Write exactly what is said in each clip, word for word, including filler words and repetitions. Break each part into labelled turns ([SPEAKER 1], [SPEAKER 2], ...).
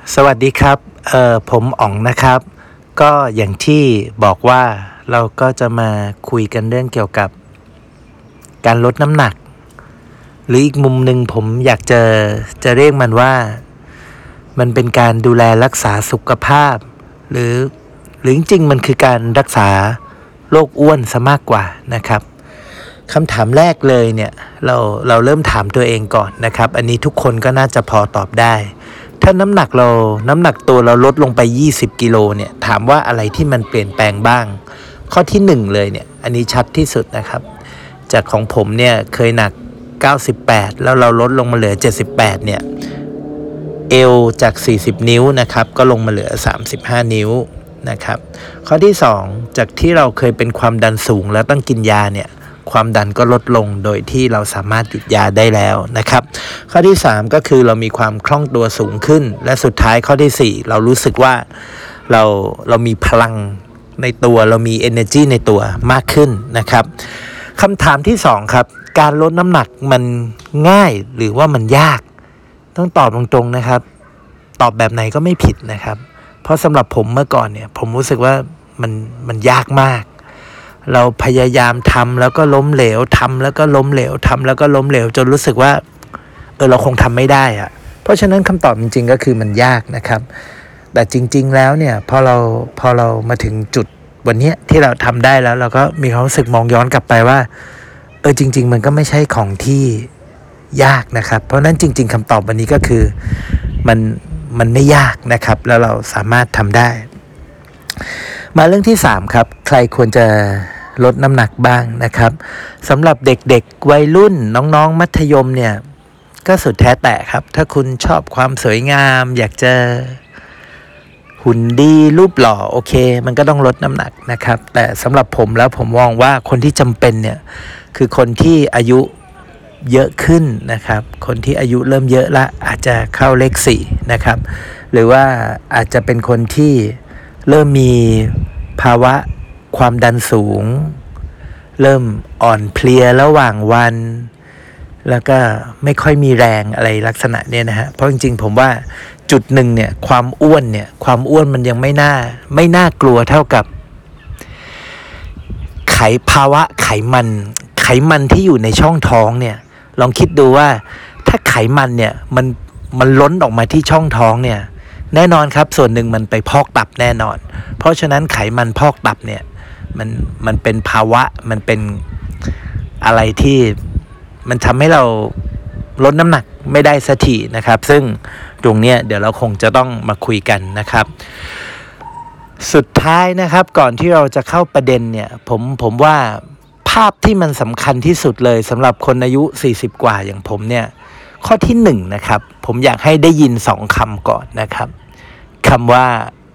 [SPEAKER 1] สวัสดีครับเอ่อผมอ๋องนะครับ ก็อย่างที่บอกว่าเราก็จะมาคุยกันเรื่องเกี่ยวกับการลดน้ำหนัก หรืออีกมุมหนึ่งผมอยากจะจะเรียกมันว่ามันเป็นการดูแลรักษาสุขภาพ หรือหรือจริงๆมันคือการรักษาโรคอ้วนซะมากกว่านะครับคำถามแรกเลยเนี่ยเราเราเริ่มถามตัวเองก่อนนะครับอันนี้ทุกคนก็น่าจะพอตอบได้ถ้าน้ำหนักเราน้ำหนักตัวเราลดลงไปยี่สิบกิโลเนี่ยถามว่าอะไรที่มันเปลี่ยนแปลงบ้างข้อที่หนึ่งเลยเนี่ยอันนี้ชัดที่สุดนะครับจากของผมเนี่ยเคยหนักเก้าสิบแปดแล้วเราลดลงมาเหลือเจ็ดสิบแปดเนี่ยเอวจากสี่สิบนิ้วนะครับก็ลงมาเหลือสามสิบห้านิ้วนะครับข้อที่สองจากที่เราเคยเป็นความดันสูงแล้วต้องกินยาเนี่ยความดันก็ลดลงโดยที่เราสามารถหยุดยาได้แล้วนะครับข้อที่สามก็คือเรามีความคล่องตัวสูงขึ้นและสุดท้ายข้อที่สี่เรารู้สึกว่าเราเรามีพลังในตัวเรามี energy ในตัวมากขึ้นนะครับคำถามที่สองครับการลดน้ำหนักมันง่ายหรือว่ามันยากต้องตอบตรงๆนะครับตอบแบบไหนก็ไม่ผิดนะครับเพราะสำหรับผมเมื่อก่อนเนี่ยผมรู้สึกว่ามันมันยากมากเราพยายามทำแล้วก็ล้มเหลวทำแล้วก็ล้มเหลวทำแล้วก็ล้มเหลวจนรู้สึกว่าเออเราคงทำไม่ได้อะเพราะฉะนั้นคำตอบจริงๆก็คือมันยากนะครับแต่จริงๆแล้วเนี่ยพอเราพอเรามาถึงจุดวันนี้ที่เราทำได้แล้วเราก็มีความรู้สึกมองย้อนกลับไปว่าเออจริงๆมันก็ไม่ใช่ของที่ยากนะครับเพราะนั้นจริงๆคำตอบวันนี้ก็คือมันมันไม่ยากนะครับแล้วเราสามารถทำได้มาเรื่องที่สามครับใครควรจะลดน้ำหนักบ้างนะครับสำหรับเด็กๆวัยรุ่นน้องๆมัธยมเนี่ยก็สุดแท้แต่ครับถ้าคุณชอบความสวยงามอยากจะหุ่นดีรูปหล่อโอเคมันก็ต้องลดน้ำหนักนะครับแต่สำหรับผมแล้วผมมองว่าคนที่จำเป็นเนี่ยคือคนที่อายุเยอะขึ้นนะครับคนที่อายุเริ่มเยอะละอาจจะเข้าเลขสี่นะครับหรือว่าอาจจะเป็นคนที่เริ่มมีภาวะความดันสูงเริ่มอ่อนเพลียระหว่างวันแล้วก็ไม่ค่อยมีแรงอะไรลักษณะเนี้ยนะฮะเพราะจริงๆผมว่าจุดหนึ่งเนี่ยความอ้วนเนี่ยความอ้วนมันยังไม่น่าไม่น่ากลัวเท่ากับไขภาวะไขมันไขมันที่อยู่ในช่องท้องเนี่ยลองคิดดูว่าถ้าไขมันเนี่ยมันมันล้นออกมาที่ช่องท้องเนี่ยแน่นอนครับส่วนหนึ่งมันไปพอกตับแน่นอนเพราะฉะนั้นไขมันพอกตับเนี่ยมันมันเป็นภาวะมันเป็นอะไรที่มันทำให้เราลดน้ำหนักไม่ได้สักทีนะครับซึ่งตรงเนี้ยเดี๋ยวเราคงจะต้องมาคุยกันนะครับสุดท้ายนะครับก่อนที่เราจะเข้าประเด็นเนี่ยผมผมว่าภาพที่มันสำคัญที่สุดเลยสำหรับคนอายุสี่สิบกว่าอย่างผมเนี่ยข้อที่หนึ่งนะครับผมอยากให้ได้ยินสองคำก่อนนะครับคำว่า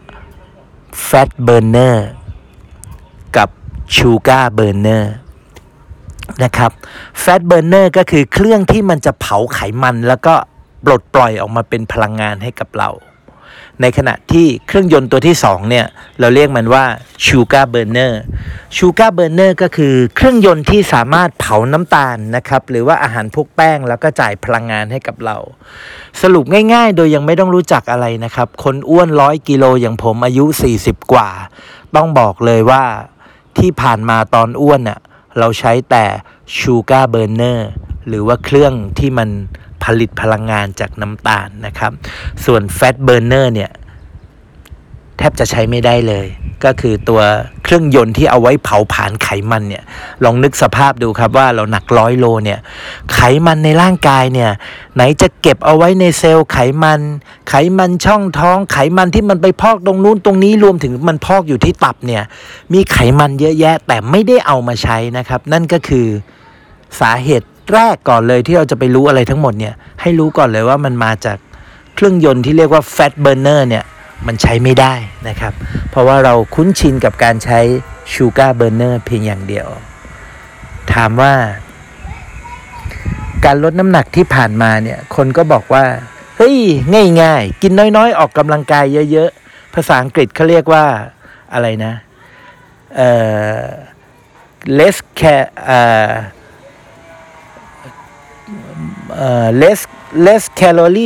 [SPEAKER 1] fat burner กับ sugar burner นะครับ fat burner ก็คือเครื่องที่มันจะเผาไขมันแล้วก็ปลดปล่อยออกมาเป็นพลังงานให้กับเราในขณะที่เครื่องยนต์ตัวที่สองเนี่ยเราเรียกมันว่า sugar burner sugar burner ก็คือเครื่องยนต์ที่สามารถเผาน้ำตาลนะครับหรือว่าอาหารพวกแป้งแล้วก็จ่ายพลังงานให้กับเราสรุปง่ายๆโดยยังไม่ต้องรู้จักอะไรนะครับคนอ้วนร้อยกิโลอย่างผมอายุสี่สิบกว่าต้องบอกเลยว่าที่ผ่านมาตอนอ้วนน่ะเราใช้แต่ sugar burner หรือว่าเครื่องที่มันผลิตพลังงานจากน้ำตาลนะครับส่วน fat burner เนี่ยแทบจะใช้ไม่ได้เลยก็คือตัวเครื่องยนต์ที่เอาไว้เผาผลาญไขมันเนี่ยลองนึกสภาพดูครับว่าเราหนักร้อยโลเนี่ยไขมันในร่างกายเนี่ยไหนจะเก็บเอาไว้ในเซลล์ไขมันไขมันช่องท้องไขมันที่มันไปพอกตรงนู้นตรงนี้รวมถึงมันพอกอยู่ที่ตับเนี่ยมีไขมันเยอะแยะแต่ไม่ได้เอามาใช้นะครับนั่นก็คือสาเหตุแรกก่อนเลยที่เราจะไปรู้อะไรทั้งหมดเนี่ยให้รู้ก่อนเลยว่ามันมาจากเครื่องยนต์ที่เรียกว่า fat burner เนี่ยมันใช้ไม่ได้นะครับเพราะว่าเราคุ้นชินกับการใช้ sugar burner เพียงอย่างเดียวถามว่าการลดน้ำหนักที่ผ่านมาเนี่ยคนก็บอกว่าเฮ้ยง่ายๆกินน้อยๆออกกำลังกายเยอะๆภาษาอังกฤษเขาเรียกว่าอะไรนะเอ่อ less care เอ่อเอ่อ less less calorie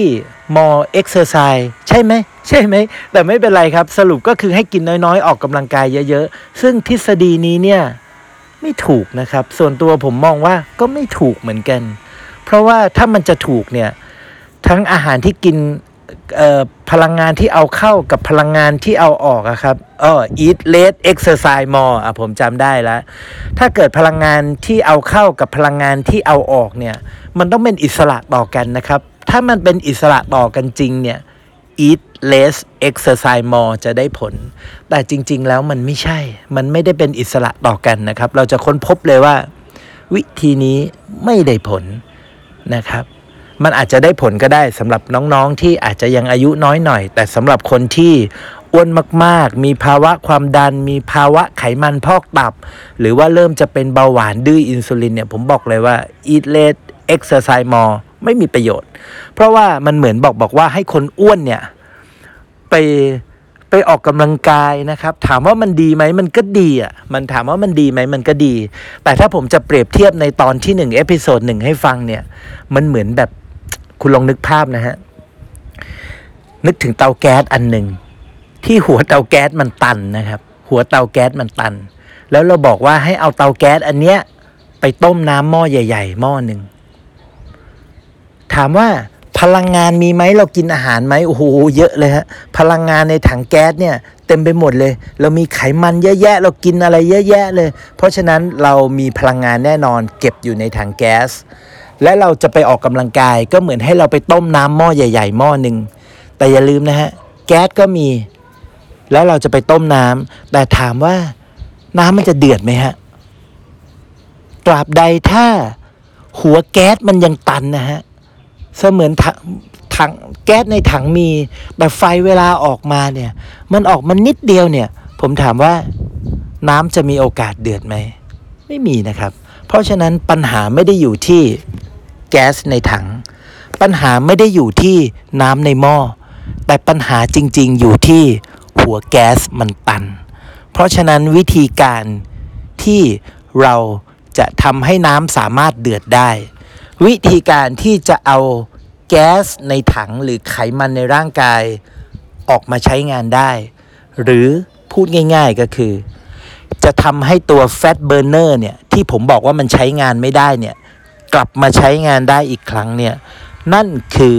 [SPEAKER 1] more exercise ใช่ไหมใช่ไหมแต่ไม่เป็นไรครับสรุปก็คือให้กินน้อยๆออกกำลังกายเยอะๆซึ่งทฤษฎีนี้เนี่ยไม่ถูกนะครับส่วนตัวผมมองว่าก็ไม่ถูกเหมือนกันเพราะว่าถ้ามันจะถูกเนี่ยทั้งอาหารที่กินพลังงานที่เอาเข้ากับพลังงานที่เอาออกอะครับเออ eat less exercise more อ่ะผมจำได้แล้วถ้าเกิดพลังงานที่เอาเข้ากับพลังงานที่เอาออกเนี่ยมันต้องเป็นอิสระต่อกันนะครับถ้ามันเป็นอิสระต่อกันจริงเนี่ย eat less exercise more จะได้ผลแต่จริงๆแล้วมันไม่ใช่มันไม่ได้เป็นอิสระต่อกันนะครับเราจะค้นพบเลยว่าวิธีนี้ไม่ได้ผลนะครับมันอาจจะได้ผลก็ได้สำหรับน้องๆที่อาจจะยังอายุน้อยหน่อยแต่สำหรับคนที่อ้วนมากๆมีภาวะความดันมีภาวะไขมันพอกตับหรือว่าเริ่มจะเป็นเบาหวานดื้ออินซูลินเนี่ยผมบอกเลยว่า eat less exercise more ไม่มีประโยชน์เพราะว่ามันเหมือนบอกบอกว่าให้คนอ้วนเนี่ยไปไปออกกำลังกายนะครับถามว่ามันดีไหมมันก็ดีอ่ะมันถามว่ามันดีไหมมันก็ดีแต่ถ้าผมจะเปรียบเทียบในตอนที่หนึ่งเอพิโซดหนึ่งให้ฟังเนี่ยมันเหมือนแบบคุณลองนึกภาพนะฮะนึกถึงเตาแก๊สอันหนึ่งที่หัวเตาแก๊สมันตันนะครับหัวเตาแก๊สมันตันแล้วเราบอกว่าให้เอาเตาแก๊สอันเนี้ยไปต้มน้ำหม้อใหญ่ๆหม้อหนึ่งถามว่าพลังงานมีไหมเรากินอาหารไหมโอ้โหเยอะเลยฮะพลังงานในถังแก๊สเนี่ยเต็มไปหมดเลยเรามีไขมันเยอะแยะเรากินอะไรเยอะแยะเลยเพราะฉะนั้นเรามีพลังงานแน่นอนเก็บอยู่ในถังแก๊สและเราจะไปออกกำลังกายก็เหมือนให้เราไปต้มน้ำหม้อใหญ่ๆหม้อหนึ่งแต่อย่าลืมนะฮะแก๊สก็มีแล้วเราจะไปต้มน้ำแต่ถามว่าน้ำมันจะเดือดไหมฮะตราบใดถ้าหัวแก๊สมันยังตันนะฮะเสมือนถังแก๊สในถังมีแต่ไฟเวลาออกมาเนี่ยมันออกมานิดเดียวเนี่ยผมถามว่าน้ำจะมีโอกาสเดือดไหมไม่มีนะครับเพราะฉะนั้นปัญหาไม่ได้อยู่ที่แก๊สในถังปัญหาไม่ได้อยู่ที่น้ำในหม้อแต่ปัญหาจริงๆอยู่ที่หัวแก๊สมันตันเพราะฉะนั้นวิธีการที่เราจะทำให้น้ำสามารถเดือดได้วิธีการที่จะเอาแก๊สในถังหรือไขมันในร่างกายออกมาใช้งานได้หรือพูดง่ายๆก็คือจะทำให้ตัว fat burner เนี่ยที่ผมบอกว่ามันใช้งานไม่ได้เนี่ยกลับมาใช้งานได้อีกครั้งเนี่ยนั่นคือ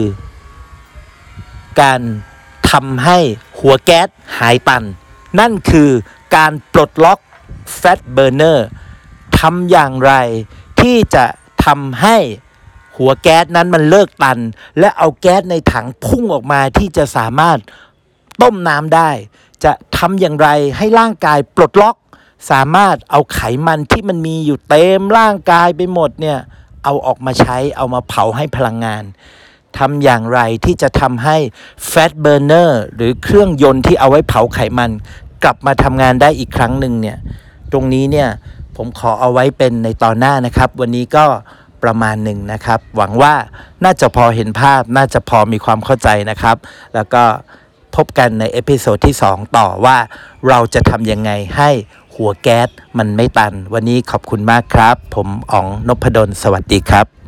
[SPEAKER 1] การทำให้หัวแก๊สหายตันนั่นคือการปลดล็อก fat burner ทำอย่างไรที่จะทำให้หัวแก๊สนั้นมันเลิกตันและเอาแก๊สในถังพุ่งออกมาที่จะสามารถต้มน้ำได้จะทำอย่างไรให้ร่างกายปลดล็อกสามารถเอาไขมันที่มันมีอยู่เต็มร่างกายไปหมดเนี่ยเอาออกมาใช้เอามาเผาให้พลังงานทำอย่างไรที่จะทำให้ fat burner หรือเครื่องยนต์ที่เอาไว้เผาไขมันกลับมาทำงานได้อีกครั้งหนึ่งเนี่ยตรงนี้เนี่ยผมขอเอาไว้เป็นในตอนหน้านะครับวันนี้ก็ประมาณหนึ่งนะครับหวังว่าน่าจะพอเห็นภาพน่าจะพอมีความเข้าใจนะครับแล้วก็พบกันในเอพิโซดที่สองต่อว่าเราจะทำยังไงให้หัวแก๊สมันไม่ตันวันนี้ขอบคุณมากครับผมอ๋องนพดลสวัสดีครับ